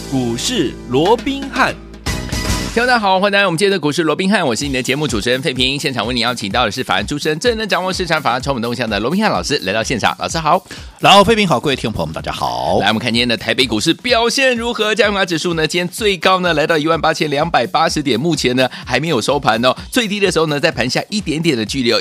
股市罗宾汉。 大家好，欢迎来到我们今天的股市罗宾汉，我是你的节目主持人费平。现场为你邀请到的是法案出身、最能掌握市场法案筹码动向的罗宾汉老师来到现场。老师好。 老费平好，各位听众朋友们大家好。 来，我们看今天的台北股市表现如何？加权指数呢，今天最高呢来到18280点，目前呢还没有收盘哦。最低的时候呢，在盘下一点点的距离哦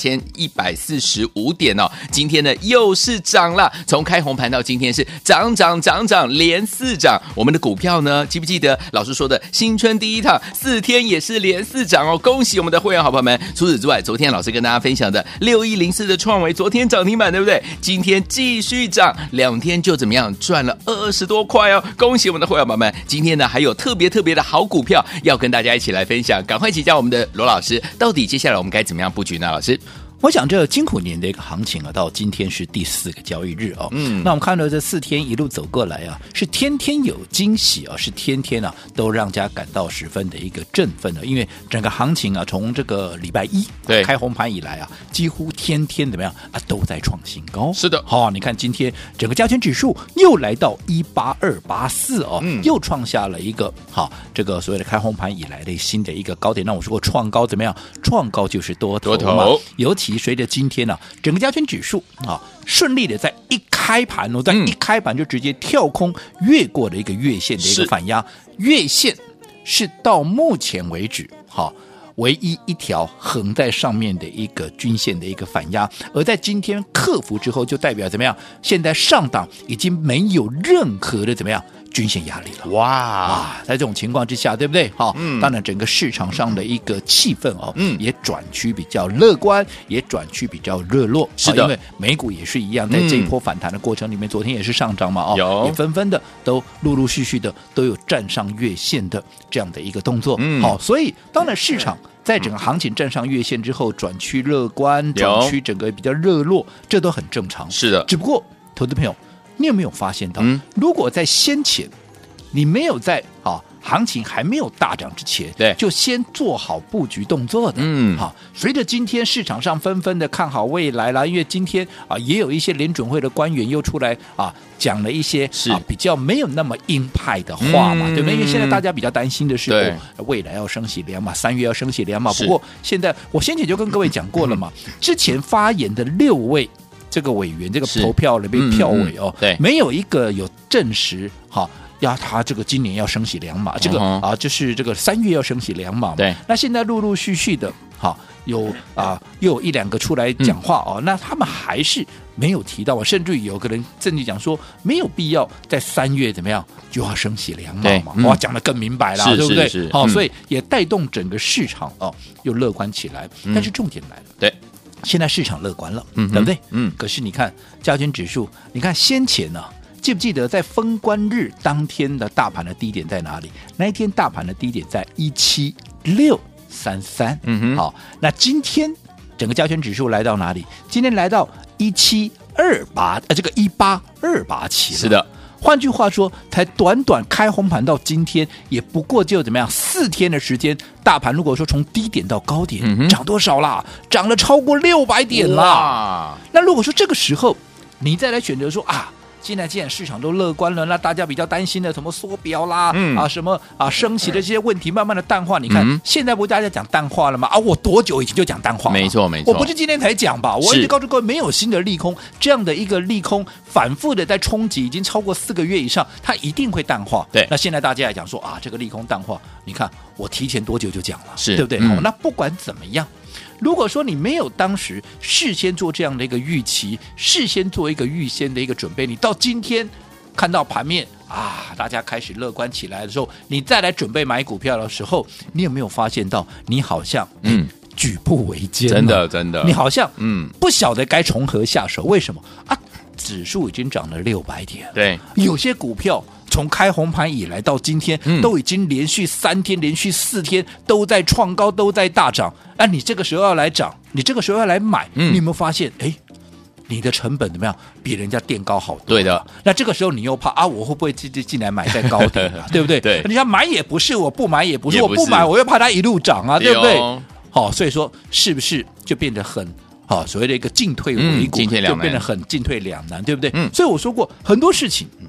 ，18145点哦。今天呢又是涨了，从开红盘到今天是涨，连4涨。我们的股票呢，记不记得老师说的新春第一趟4天也是连4涨哦？恭喜我们的会员好朋友们。除此之外，昨天老师跟大家分享的6104的创惟，昨天涨停板对不对？今天继续涨，2天就怎么样赚了20多块哦！恭喜我们的会员宝宝们。今天呢还有特别的好股票要跟大家一起来分享，赶快请教我们的罗老师，到底接下来我们该怎么样布局呢？老师， 我想这金虎年的一个行情啊，到今天是第4个交易日哦。那我们看到这4天一路走过来啊，是天天有惊喜啊，是天天啊都让大家感到十分的一个振奋的。因为整个行情啊，从这个礼拜一开红盘以来啊，几乎天天怎么样啊都在创新高。 是的， 好，你看今天整个加权指数又来到18284哦，又创下了一个好这个所谓的开红盘以来的新的一个高点。那我说过创高怎么样？创高就是多头嘛，尤其随着今天整个加权指数顺利的在一开盘在一开盘就直接跳空越过了一个月线的一个反压，月线是到目前为止唯一一条横在上面的一个均线的一个反压，而在今天克服之后，就代表怎么样？现在上档已经没有任何的怎么样均线压力了。哇，在这种情况之下，对不对？当然整个市场上的一个气氛也转趋比较乐观，也转趋比较热络。 是的， 因为美股也是一样，在这一波反弹的过程里面，昨天也是上涨嘛，也纷纷的都陆续的都有站上月线的这样的一个动作。好，所以当然市场在整个行情站上月线之后，转趋乐观，转趋整个比较热络，这都很正常。 是的， 只不过投资朋友，你有没有发现到，如果在先前你没有在行情还没有大涨之前， 对， 就先做好布局动作的，随着今天市场上纷纷的看好未来啦，因为今天也有一些联准会的官员又出来讲了一些比较没有那么鹰派的话嘛，对不对？因为现在大家比较担心的是未来要升息2码，3月要升息2码。不过现在我先前就跟各位讲过了嘛，之前发言的6位这个委员，这个投票里面票委没有一个有证实要他这个今年要升息2码，这个就是这个3月要升息2码嘛。 对， 那现在陆续的有又有1-2个出来讲话那他们还是没有提到甚至于有个人甚至讲说没有必要在3月怎么样就要升息2码嘛，哇，讲得更明白了，对不对？所以也带动整个市场又乐观起来。但是重点来了， 对。 现在市场乐观了，对不对？可是你看加权指数，你看先前记不记得在封关日当天的大盘的低点在哪里？那一天大盘的低点在17633。好，那今天整个加权指数来到哪里？今天来到17287，这个18287。 是的。 换句话说，才短开红盘到今天，也不过就怎么样4天的时间，大盘如果说从低点到高点，涨多少啦？涨了超过600点啦。那如果说这个时候你再来选择说现在既然市场都乐观了，那大家比较担心的什么缩表啦，什么升息的这些问题慢慢的淡化。你看现在不是大家讲淡化了吗？我多久以前就讲淡化了？ 没错， 我不是今天才讲吧？我一直告诉各位，没有新的利空，这样的一个利空反复的在冲击，已经超过4个月以上，它一定会淡化。 对， 那现在大家来讲说这个利空淡化，你看我提前多久就讲了， 对不对？那不管怎么样。如果说你没有当时事先做这样的一个预期，事先做一个预先的一个准备，你到今天看到盘面大家开始乐观起来的时候，你再来准备买股票的时候，你有没有发现到你好像举步维艰？ 真的， 你好像不晓得该从何下手。为什么指数已经涨了600点， 对， 有些股票从开红盘以来到今天，都已经连续3天、连续4天都在创高，都在大涨。你这个时候要来涨，你这个时候要来买，你有没有发现？你的成本怎么样？比人家垫高好多。 对的。 那这个时候你又怕我会不会进来买在高点对不对？ 对。 你想买也不是，我不买也不是，我不买我又怕它一路涨对不对？所以说是不是就变得很所谓的一个进退维谷，就变得很进退两难，对不对？所以我说过很多事情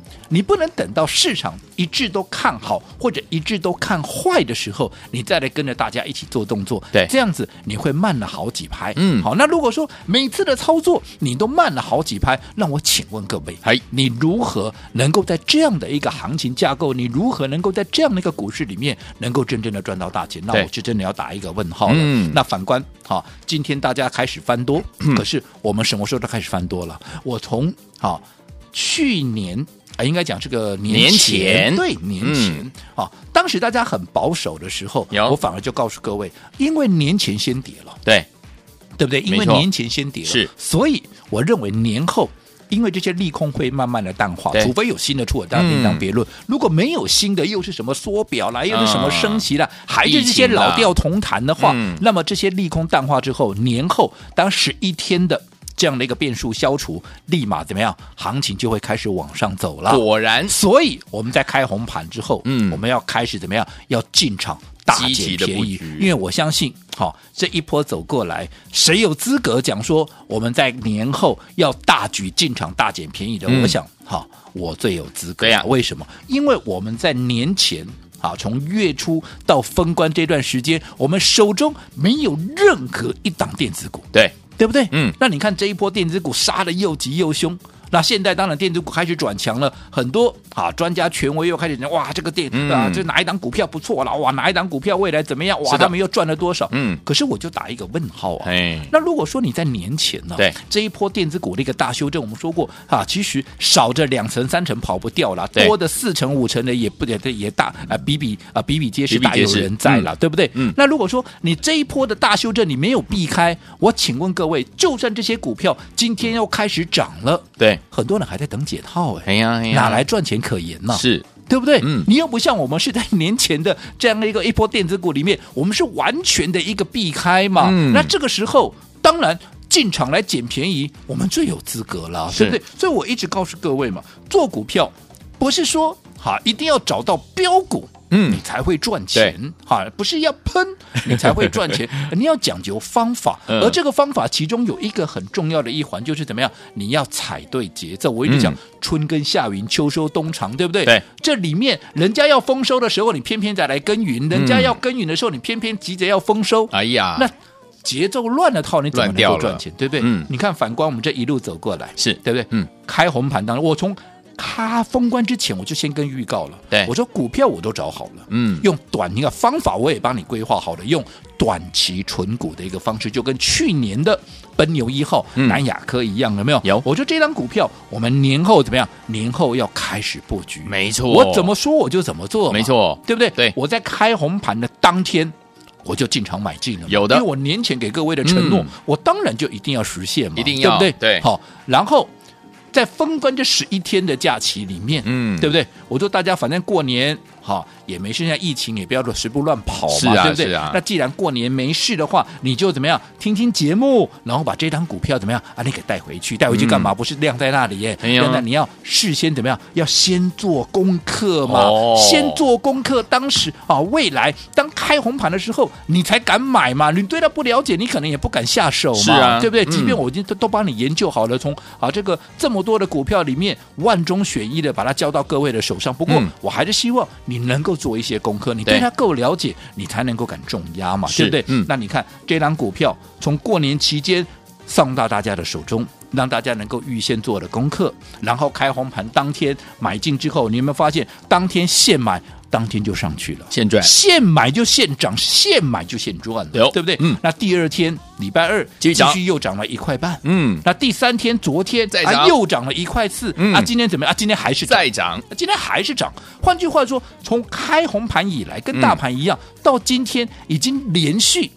你不能等到市场一致都看好或者一致都看坏的时候，你再来跟着大家一起做动作， 对， 这样子你会慢了好几拍。好，那如果说每次的操作你都慢了好几拍，那我请问各位，你如何能够在这样的一个行情架构，你如何能够在这样的一个股市里面能够真正的赚到大钱？那我是真的要打一个问号了。那反观今天大家开始翻多，可是我们什么时候都开始翻多了？我从去年应该讲这个年前，对，年前当时大家很保守的时候，我反而就告诉各位，因为年前先跌了，对不对？因为年前先跌了，是，所以我认为年后。因为这些利空会慢慢的淡化，除非有新的出尔，当然另当别论。如果没有新的，又是什么缩表啦，又是什么升息啦，还是这些老调同弹的话，那么这些利空淡化之后，年后当11天的这样的一个变数消除，立马怎么样？行情就会开始往上走了。果然，所以我们在开红盘之后，我们要开始怎么样？要进场大捡便宜，因为我相信这一波走过来，谁有资格讲说我们在年后要大举进场大捡便宜的？我想我最有资格。为什么？因为我们在年前从月初到封关这段时间，我们手中没有任何一档电子股，对不对？那你看这一波电子股杀得又急又凶。那现在当然电子股开始转强了，很多专家权威又开始讲，哇，这个这哪一档股票不错了，哇，哪一档股票未来怎么样，哇，他们又赚了多少？可是我就打一个问号那如果说你在年前呢，这一波电子股的一个大修正，我们说过其实少着2成3成跑不掉了，多的4成5成的也大比比皆是，大有人在了，对不对？那如果说你这一波的大修正你没有避开，我请问各位，就算这些股票今天又开始涨了，很多人还在等解套哪来赚钱可言呢？是，对不对？你又不像我们是在年前的这样的一波电子股里面，我们是完全的一个避开嘛。那这个时候当然进场来捡便宜，我们最有资格了，对不对？所以我一直告诉各位嘛，做股票不是说一定要找到标股你才会赚钱，不是要喷你才会赚钱，你要讲究方法，而这个方法其中有一个很重要的一环，就是怎么样，你要踩对节奏。我一直讲春耕夏耘秋收冬藏，对不对？对，这里面人家要丰收的时候，你偏偏再来耕耘；人家要耕耘的时候，你偏偏急着要丰收。哎呀，那节奏乱了套，你怎么能够赚钱？对不对？你看反观我们这一路走过来，是对不对？开红盘当中，我从封关之前我就先跟预告了，我说股票我都找好了，用你看方法我也帮你规划好了，用短期存股的一个方式，就跟去年的奔牛1号南亚科一样，有没有？有。我说这张股票我们年后怎么样？年后要开始布局，没错，我怎么说我就怎么做，没错，对不对？对，我在开红盘的当天我就进场买进了，有的，因为我年前给各位的承诺，我当然就一定要实现嘛，一定要，对不对？对，好，然后在封关这11天的假期里面，对不对？我说大家反正过年也没事，现在疫情也不要随便乱跑嘛，对不对？那既然过年没事的话，你就怎么样听听节目，然后把这张股票怎么样你给带回去干嘛？不是晾在那里耶，那你要事先怎么样？要先做功课嘛，先做功课。当时未来当开红盘的时候，你才敢买嘛。你对它不了解，你可能也不敢下手嘛，对不对？即便我已经都帮你研究好了，从这么多的股票里面万中选一的把它交到各位的手上。不过我还是希望你能够做一些功课，你对它够了解，你才能够敢重压嘛，对不对？那你看这张股票从过年期间送到大家的手中，让大家能够预先做的功课，然后开红盘当天买进之后，你有没有发现当天现买？当天就上去了，现赚，现买就现涨，现买就现赚了，对不对？那第二天礼拜二继续又涨了1块半，那第3天昨天再又涨了1块4，今天怎么样？今天还是再涨，今天还是涨。换句话说，从开红盘以来，跟大盘一样，到今天已经连续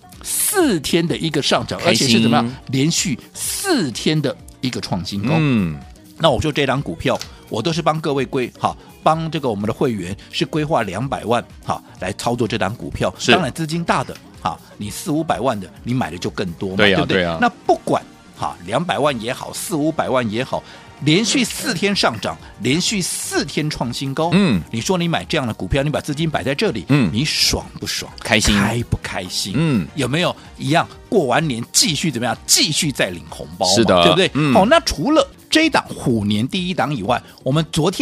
4天的一个上涨，而且是怎么样？连续4天的一个创新高。那我说这张股票，我都是帮各位帮这个我们的会员是规划200万来操作这档股票。当然资金大的你400-500万的，你买的就更多嘛，对不对？那不管200万也好，400-500万也好，连续4天上涨，连续4天创新高。你说你买这样的股票，你把资金摆在这里，你爽不爽？开心？开不开心？有没有一样过完年继续怎么样？继续再领红包嘛？是的，对不对？那除了这一档虎年第一档以外，我们昨天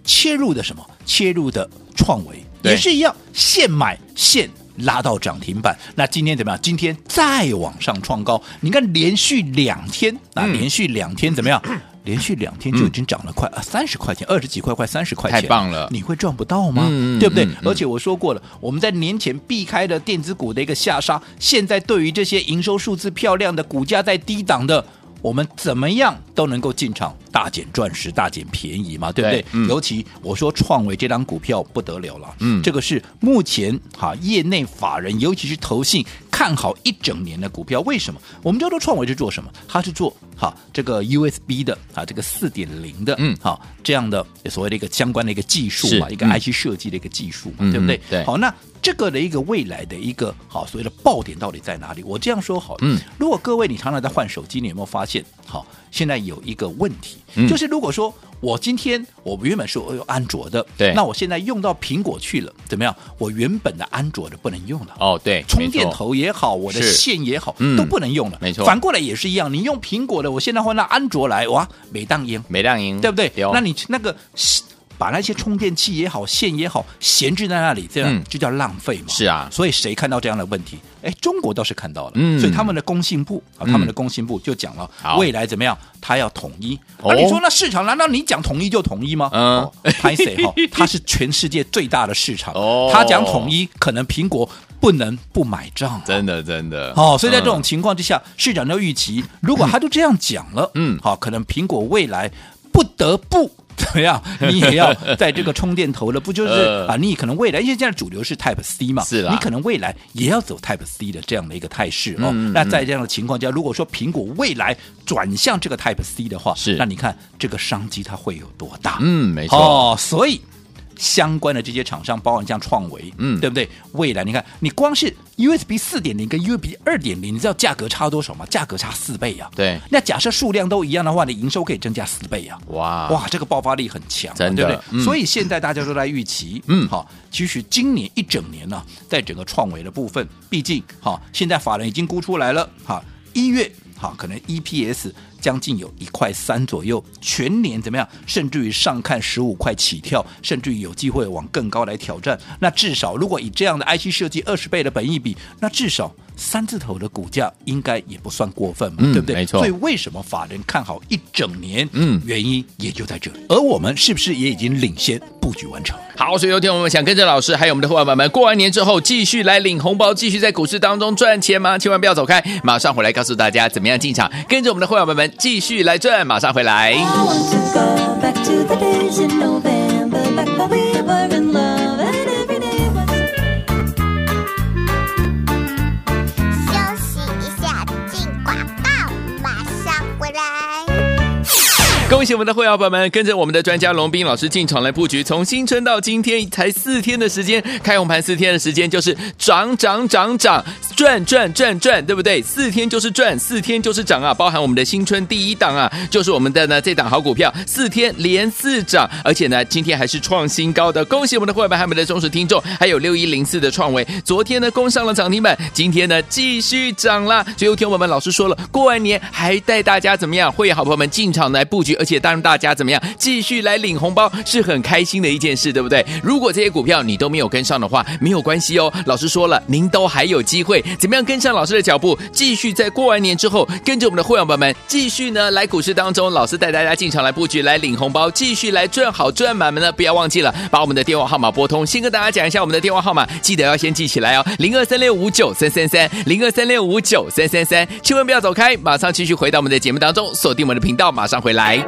切入的什么？切入的创维也是一样，现买现拉到涨停板。那今天怎么样？今天再往上创高，你看连续2天连续2天怎么样？连续2天就已经涨了快30块钱，20几块，快30块钱， 太棒了！ 你会赚不到吗？对不对？而且我说过了，我们在年前避开了电子股的一个下杀，现在对于这些营收数字漂亮的、股价在低档的，我们怎么样都能够进场大捡钻石、大捡便宜嘛，对不对？尤其我说创维这张股票不得了了，这个是目前业内法人，尤其是投信看好1整年的股票。为什么？我们叫做创维是做什么？它是做这个 USB 的这个 4.0 的这样的所谓的一个相关的一个技术嘛，一个 IC 设计的一个技术嘛，对不对？ 对。 好，那这个的一个未来的一个所谓的爆点到底在哪里？我这样说好了，如果各位你常常在换手机，你有没有发现现在有一个问题，就是如果说我今天我原本是有安卓的， 对， 那我现在用到苹果去了，怎么样？我原本的安卓的不能用了。 哦，对， 充电头也好，我的线也好，都不能用了。 没错， 反过来也是一样，你用苹果的，我现在换到安卓来，哇，没当赢，对不对？那你那个把那些充电器也好，线也好，闲置在那里，这样就叫浪费嘛。 是啊， 所以谁看到这样的问题？中国倒是看到了，所以他们的工信部就讲了，未来怎么样？他要统一。你说那市场难道你讲统一就统一吗？拍谁它是全世界最大的市场，他讲统一，可能苹果不能不买账， 真的所以在这种情况之下，市场就预期，如果他就这样讲了，可能苹果未来不得不怎么样？你也要在这个充电头了，不就是你可能未来，因为现在主流是 Type C 嘛， 是啦， 你可能未来也要走 Type C 的这样的一个态势那在这样的情况下，如果说苹果未来转向这个 Type C 的话，那你看这个商机它会有多大？ 没错。 所以相关的这些厂商，包含像创维，对不对？未来你看，你光是 USB 4.0 跟 USB 2.0， 你知道价格差多少吗？价格差4倍啊！ 对， 那假设数量都一样的话，你营收可以增加4倍啊！哇，这个爆发力很强， 真的， 对不对？所以现在大家都在预期，其实今年1整年呢，在整个创维的部分，毕竟现在法人已经估出来了，1月可能 EPS 将近有1.3块左右，全年怎么样？甚至于上看15块起跳，甚至于有机会往更高来挑战。那至少如果以这样的 IC 设计20倍的本益比，那至少3字头的股价应该也不算过分嘛，对不对？ 没错。 所以为什么法人看好1整年？原因也就在这里。而我们是不是也已经领先布局完成？ 好，所以有天我们想跟着老师还有我们的伙伴们过完年之后继续来领红包，继续在股市当中赚钱吗？千万不要走开，马上回来告诉大家怎么样进场，跟着我们的伙伴们继续来赚，马上回来。恭喜我们的会员朋友们，跟着我们的专家龙斌老师进场来布局，从新春到今天才4天的时间，开红盘4天的时间就是涨，赚，对不对？4天就是赚，4天就是涨啊！包含我们的新春第1档啊，就是我们的呢这档好股票，4天连4涨，而且呢今天还是创新高的。恭喜我们的会员还有我们的忠实听众，还有6104的创维，昨天呢攻上了涨停板，今天呢继续涨啦。所以有天我们老师说了，过完年还带大家怎么样？会员好朋友们进场来布局。而且当然大家怎么样继续来领红包是很开心的一件事，对不对？如果这些股票你都没有跟上的话，没有关系哦，老师说了，您都还有机会。怎么样跟上老师的脚步，继续在过完年之后跟着我们的会员朋友们继续呢来股市当中，老师带大家进场来布局，来领红包，继续来赚好赚满呢。不要忘记了把我们的电话号码拨通，先跟大家讲一下我们的电话号码，记得要先记起来哦，0236593330，0236593333，千万不要走开，马上继续回到我们的节目当中，锁定我们的频道，马上回来。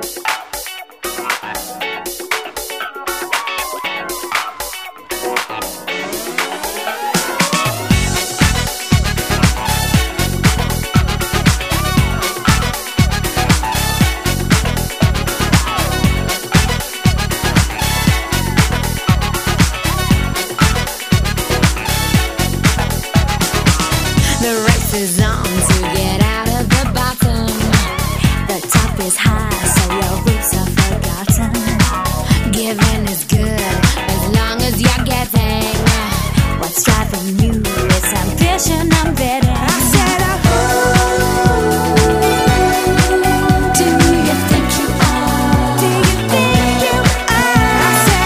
Do you think you are?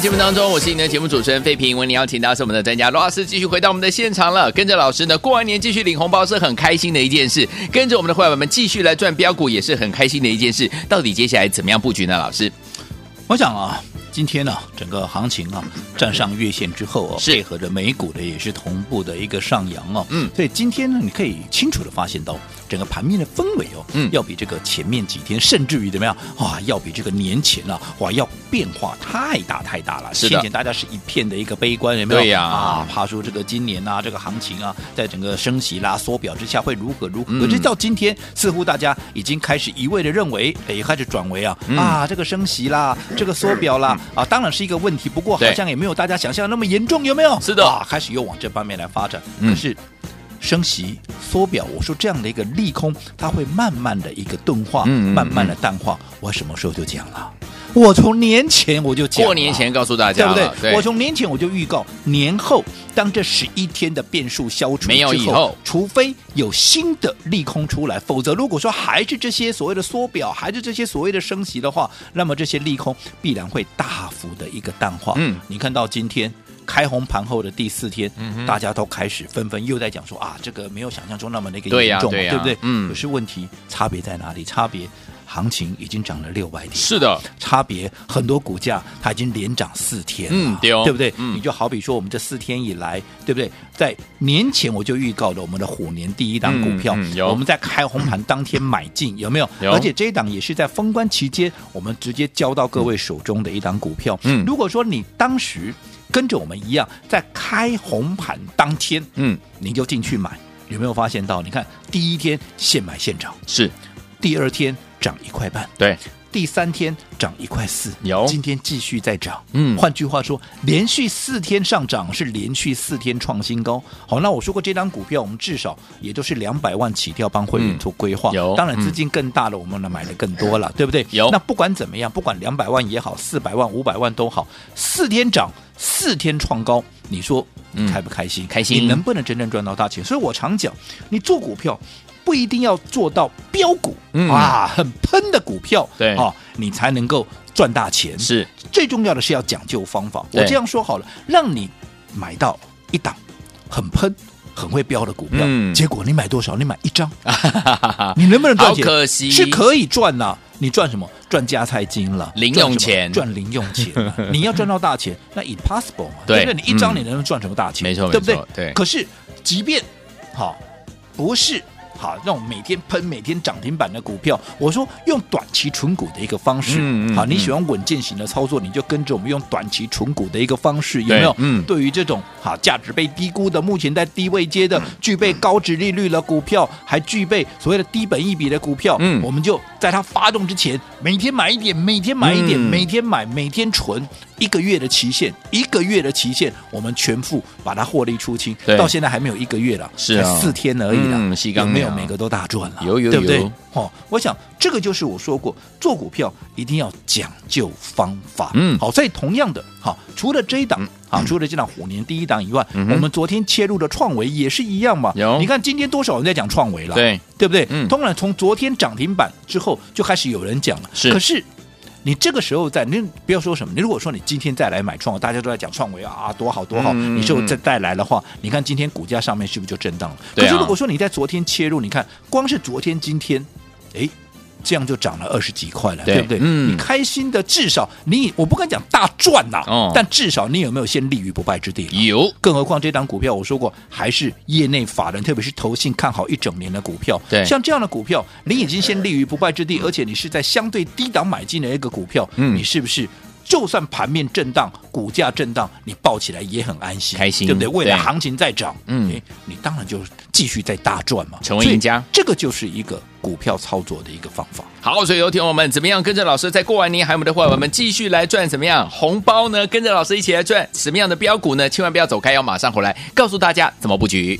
节目当中，我是你的节目主持人费平，为您邀请到是我们的专家罗老师，继续回到我们的现场了。跟着老师呢，过完年继续领红包是很开心的一件事，跟着我们的会员们继续来赚标股也是很开心的一件事。到底接下来怎么样布局呢？老师， 我想啊，今天呢、整个行情啊站上月线之后配合着美股的也是同步的一个上扬所以今天呢，你可以清楚的发现到整个盘面的氛围要比这个前面几天，甚至于怎么样要比这个年前要变化太大了。 是的， 先前大家是一片的一个悲观，有没有？ 对呀， 怕说这个今年这个行情在整个升息缩表之下会如何？可是到今天，似乎大家已经开始一味的认为，也开始转为这个升息啦，这个缩表啦当然是一个问题，不过好像也没有大家想象那么严重，有没有？ 是的， 开始又往这方面来发展。可是升息缩表，我说这样的一个利空，它会慢慢的一个钝化，慢慢的淡化。我什么时候就讲了？我从年前我就讲了， 过年前告诉大家了， 对不对？ 对， 我从年前我就预告，年后当这11天的变数消除之后， 没有以后， 除非有新的利空出来，否则如果说还是这些所谓的缩表，还是这些所谓的升息的话，那么这些利空必然会大幅的一个淡化。你看到今天开红盘后的第4天，大家都开始纷纷又在讲说这个没有想象中那么的一个严重，对不对？可是问题差别在哪里？差别行情已经涨了600点， 是的， 差别很多股价它已经连涨4天了，对不对？你就好比说我们这4天以来，对不对？在年前我就预告了我们的虎年第一档股票，我们在开红盘当天买进，有没有？而且这一档也是在封关期间，我们直接交到各位手中的一档股票。如果说你当时跟着我们一样，在开红盘当天，你就进去买，有没有发现到？你看第一天现买现涨， 是第2天涨1块半， 对， 第3天涨1块4， 有， 今天继续再涨。换句话说，连续4天上涨，是连续4天创新高。好，那我说过这张股票，我们至少也都是200万起跳帮会员做规划。当然资金更大了，我们买的更多了，对不对？ 有。 那不管怎么样，不管200万也好，400万、500万都好，4天涨，4天创高，你说开不开心？ 开心。 你能不能真正赚到大钱？所以我常讲，你做股票不一定要做到标股很喷的股票， 对你才能够赚大钱。 是最重要的是要讲究方法。我这样说好了，让你买到一档很喷、很会标的股票，结果你买多少？你买1张，你能不能赚钱？ 好可惜， 是可以赚呐。你赚什么？赚加菜金了， 零用钱， 赚零用钱。你要赚到大钱，那 impossible 嘛？对不对？你1张你能赚什么大钱？ 没错， 对不对？ 对。 可是，即便不是那种每天喷、每天涨停板的股票，我说用短期存股的一个方式，你喜欢稳健型的操作，你就跟着我们用短期存股的一个方式，有没有？对于这种价值被低估的、目前在低位阶的、具备高殖利率的股票，还具备所谓的低本益比的股票，我们就在它发动之前，每天买一点，每天买一点，每天买，每天存。1个月的期限，1个月的期限，我们全部把它获利出清。到现在还没有1个月了， 是才4天而已了，有没有每个都大赚了？ 有， 对不对？我想这个就是我说过，做股票一定要讲究方法。好，所以同样的，除了这一档，除了这档虎年第一档以外，我们昨天切入的创维也是一样嘛。你看今天多少人在讲创维了？对不对？当然从昨天涨停板之后就开始有人讲了，可是。你这个时候你不要说什么，你如果说你今天再来买创，大家都在讲创维多好多好，你说再来的话，你看今天股价上面是不是就震荡了？可是如果说你在昨天切入，你看光是昨天今天，这样就涨了20几块了，对不对？你开心的，至少我不敢讲大赚但至少你有没有先立于不败之地？ 有， 更何况这档股票我说过，还是业内法人，特别是投信看好1整年的股票。 对， 像这样的股票，你已经先立于不败之地，而且你是在相对低档买进的一个股票，你是不是？就算盘面震荡，股价震荡，你抱起来也很安心， 开心， 对不对？未来行情再涨，你当然就继续再大赚嘛， 成为赢家。 这个就是一个股票操作的一个方法。 好，所以有听我们怎么样跟着老师在过完年，还有我们的伙伴们继续来赚怎么样红包呢？跟着老师一起来赚什么样的标股呢？千万不要走开，要马上回来告诉大家怎么布局。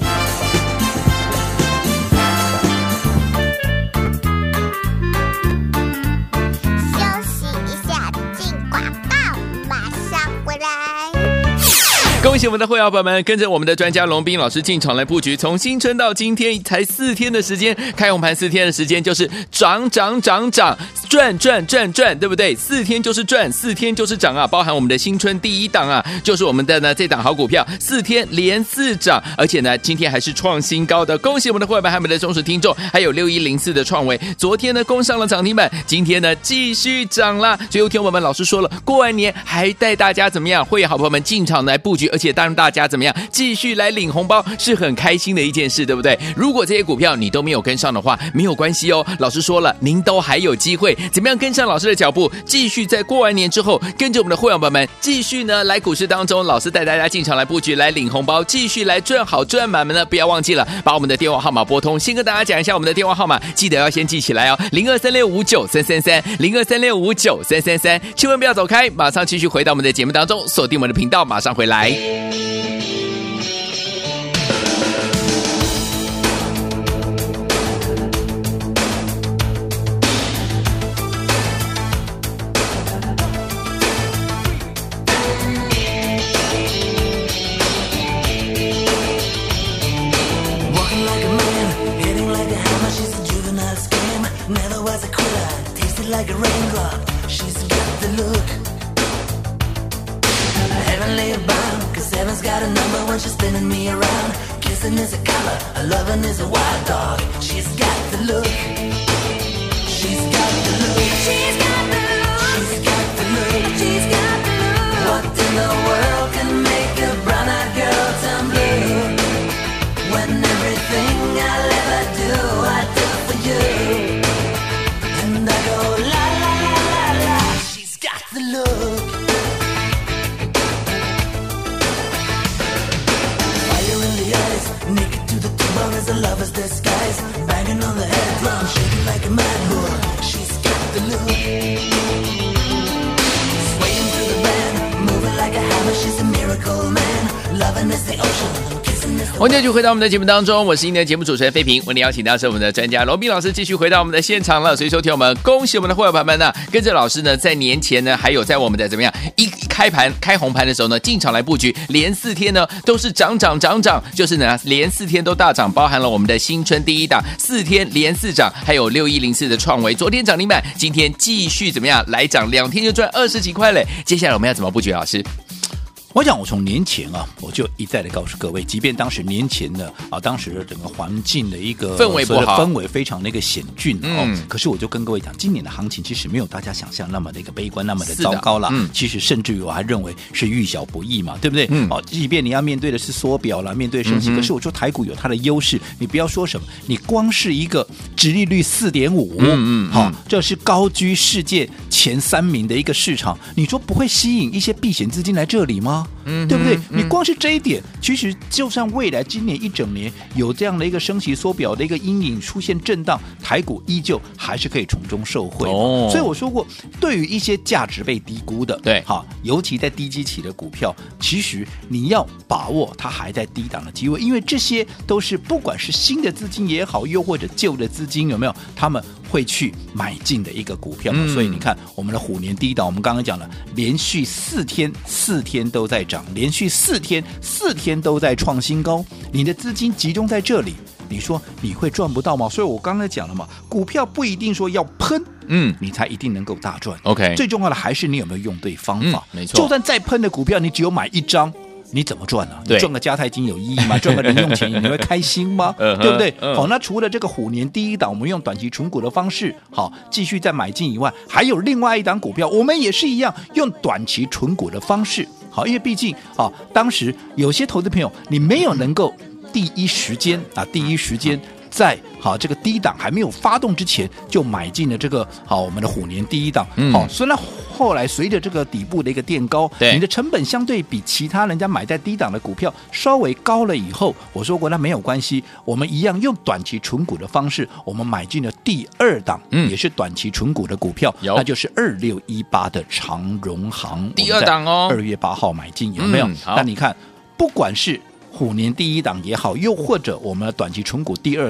恭喜我们的会员朋友们，跟着我们的专家龙斌老师进场来布局，从新春到今天才4天的时间，开红盘4天的时间就是涨，赚，对不对？4天就是赚，4天就是涨啊！包含我们的新春第一档啊，就是我们的呢这档好股票，4天连4涨，而且呢今天还是创新高的。恭喜我们的会员们，还有我们的忠实听众，还有6104的创维，昨天呢攻上了涨停板，今天呢继续涨啦。最后听我们老师说了，过完年还带大家怎么样？会员好朋友们进场来布局，而且当大家怎么样继续来领红包，是很开心的一件事，对不对？如果这些股票你都没有跟上的话，没有关系哦。老师说了，您都还有机会，怎么样跟上老师的脚步，继续在过完年之后，跟着我们的会员朋友们继续呢来股市当中，老师带大家进场来布局，来领红包，继续来赚好赚满们呢。不要忘记了把我们的电话号码拨通，先跟大家讲一下我们的电话号码，记得要先记起来哦，0236593330，0236593333，千万不要走开，马上继续回到我们的节目当中，锁定我们的频道，马上回来。 Like a raindrop, she's got the look heavenly bound, cause heaven's got a number when she's spinning me around. Kissing is a color, a loving is a wild dog. She's got the look, she's got the look, she's got the look, she's got the look, she's got the look. What in the world can make a brown-eyed girl turn blue? When everything I'll ever do, I do for you. And I go la la la la la. She's got the look. Fire in the eyes, naked to the bone as a lover's disguise. Banging on the head drum, shaking like a mad bull. She's got the look. Swaying to the band, moving like a hammer. She's a miracle man. Loving is the ocean. 欢迎继续回到我们的节目当中，我是今天的节目主持人费平，为您邀请到是我们的专家罗宾老师，继续回到我们的现场了。所以收听我们，恭喜我们的会员朋友们呢，跟着老师呢，在年前呢，还有在我们的怎么样一开盘开红盘的时候呢，进场来布局，连4天呢都是涨，就是呢连4天都大涨，包含了我们的新春第一档4天连4涨，还有6104的创维，昨天涨停板，今天继续怎么样来涨，2天就赚20几块嘞。接下来我们要怎么布局，老师？ 我想我从年前啊，我就一再的告诉各位，即便当时年前的当时的整个环境的一个氛围不好， 氛围非常的一个险峻可是我就跟各位讲，今年的行情其实没有大家想象那么的一个悲观，那么的糟糕啦。其实甚至于我还认为是遇小不易嘛，对不对？即便你要面对的是缩表啦，面对升息，可是我说台股有它的优势，你不要说什么，你光是一个殖利率4.5，这是高居世界前3名的一个市场，你说不会吸引一些避险资金来这里吗？对不对？你光是这一点，其实就算未来今年一整年有这样的一个升息缩表的一个阴影出现震荡，台股依旧还是可以从中受惠。所以我说过，对于一些价值被低估的， 对， 尤其在低基期的股票，其实你要把握它还在低档的机会，因为这些都是不管是新的资金也好，又或者旧的资金有没有，他们会去买进的一个股票。所以你看我们的虎年第一档，我们刚刚讲了，连续4天都在涨，连续4天都在创新高，你的资金集中在这里，你说你会赚不到吗？所以我刚才讲了嘛，股票不一定说要喷，你才一定能够大赚。 OK， 最重要的还是你有没有用对方法。 没错， 就算再喷的股票，你只有买1张。你怎么赚呢？你赚个加泰金有意义吗？赚个零用钱你会开心吗？对不对？好，那除了这个虎年第一档，我们用短期存股的方式，好继续再买进以外，还有另外一档股票，我们也是一样用短期存股的方式。好，因为毕竟当时有些投资朋友你没有能够第一时间在这个低档还没有发动之前就买进了这个我们的虎年第一档。所以呢后来随着这个底部的一个垫高，你的成本相对比其他人家买在低档的股票稍微高了以后，我说过那没有关系，我们一样用短期存股的方式，我们买进了第2档，也是短期存股的股票，那就是2618的长荣航， 第2档哦， 2月8号买进，有没有？那你看不管是虎年第一档也好，又或者我们的短期存股第2档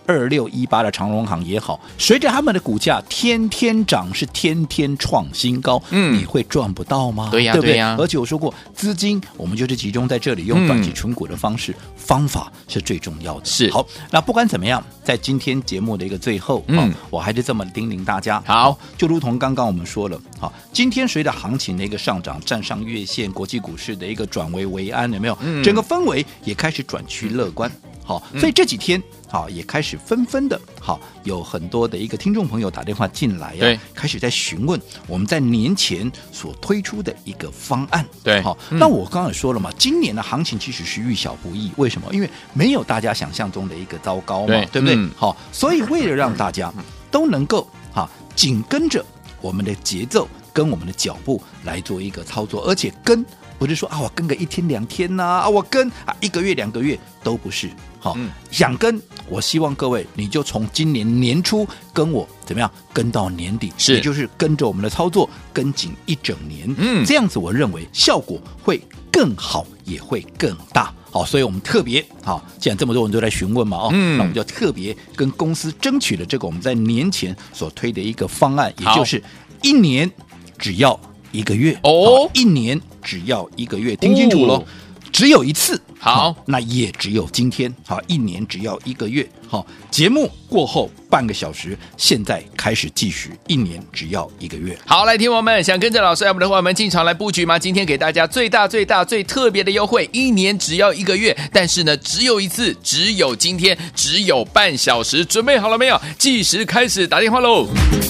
2618的长荣航也好，随着他们的股价天天涨，是天天创新高，你会赚不到吗？ 对呀， 对不对？ 对呀。 而且我说过，资金我们就是集中在这里，用短期存股的方式，方法是最重要的。 是好，那不管怎么样，在今天节目的一个最后，我还是这么叮咛大家。 好， 就如同刚刚我们说了，好，今天随着行情的一个上涨，站上月线，国际股市的一个转危为安，有没有？整个氛围也开始转趋乐观。好，所以这几天好也开始纷纷的好，有很多的一个听众朋友打电话进来开始在询问我们在年前所推出的一个方案。 对， 好，那我刚刚也说了嘛，今年的行情其实是遇小不易，为什么？因为没有大家想象中的一个糟糕嘛，对不对？好，所以为了让大家都能够紧跟着我们的节奏跟我们的脚步来做一个操作，而且跟不是说我跟个1天2天呐，我跟1个月2个月都不是。好，想跟，我希望各位你就从今年年初跟我怎么样跟到年底，也就是跟着我们的操作跟紧1整年，这样子我认为效果会更好，也会更大。好，所以我们特别好，既然这么多人都在询问嘛，那我们就特别跟公司争取了这个我们在年前所推的一个方案，也就是1年只要1个月，1年只要1个月，听清楚咯，只有一次。 好， 那也只有今天。好，1年只要1个月。好，节目过后半个小时，现在开始计时，1年只要1个月。 好，来，听我们想跟着老师我们的伙伴们进场来布局吗？今天给大家最大最特别的优惠，1年只要1个月，但是呢，只有一次，只有今天，只有半小时，准备好了没有？计时开始，打电话喽！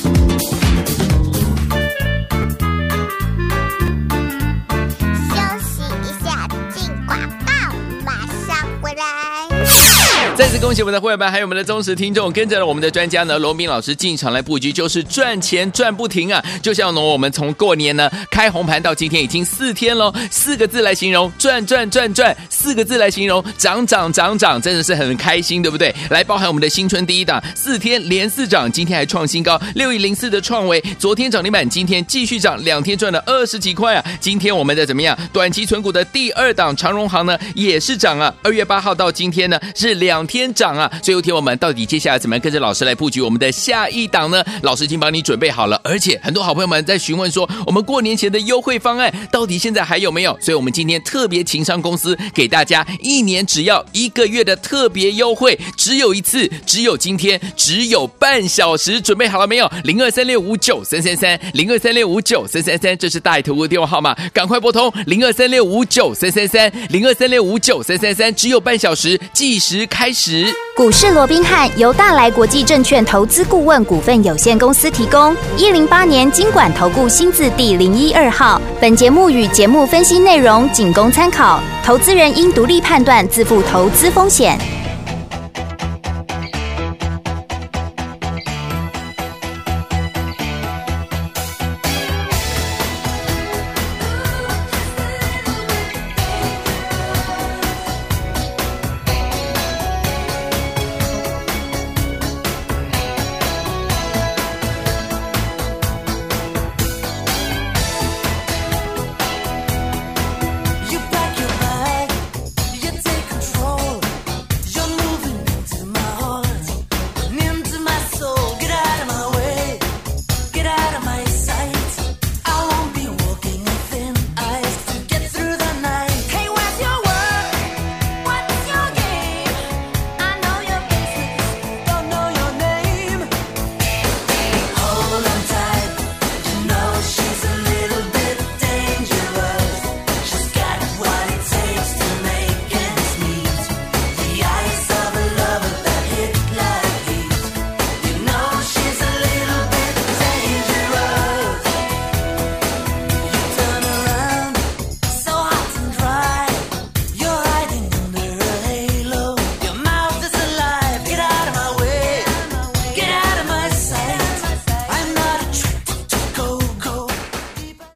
再次恭喜我们的会员们，还有我们的忠实听众，跟着我们的专家呢，罗明老师进场来布局，就是赚钱赚不停啊！就像呢，我们从过年呢开红盘到今天已经4天喽，4个字来形容赚，4个字来形容涨，真的是很开心，对不对？来，包含我们的新春第一档，4天连4涨，今天还创新高，6104的创维，昨天涨停板，今天继续涨，2天赚了20几块啊！今天我们的怎么样？短期存股的第2档长荣航呢也是涨啊，2月8号到今天呢是2天涨啊，所以有天我们到底接下来怎么样跟着老师来布局我们的下一档呢？老师已经帮你准备好了，而且很多好朋友们在询问说，我们过年前的优惠方案到底现在还有没有？所以我们今天特别情商公司给大家1年只要1个月的特别优惠，只有一次，只有今天，只有半小时，准备好了没有？0236593330，0236593333，这是大爱投顾的电话号码，赶快拨通0236593330，0236593333，只有半小时，计时开始。 股市罗宾汉由大来国际证券投资顾问股份有限公司提供，108年金管投顾新字第012号。本节目与节目分析内容仅供参考，投资人应独立判断，自负投资风险。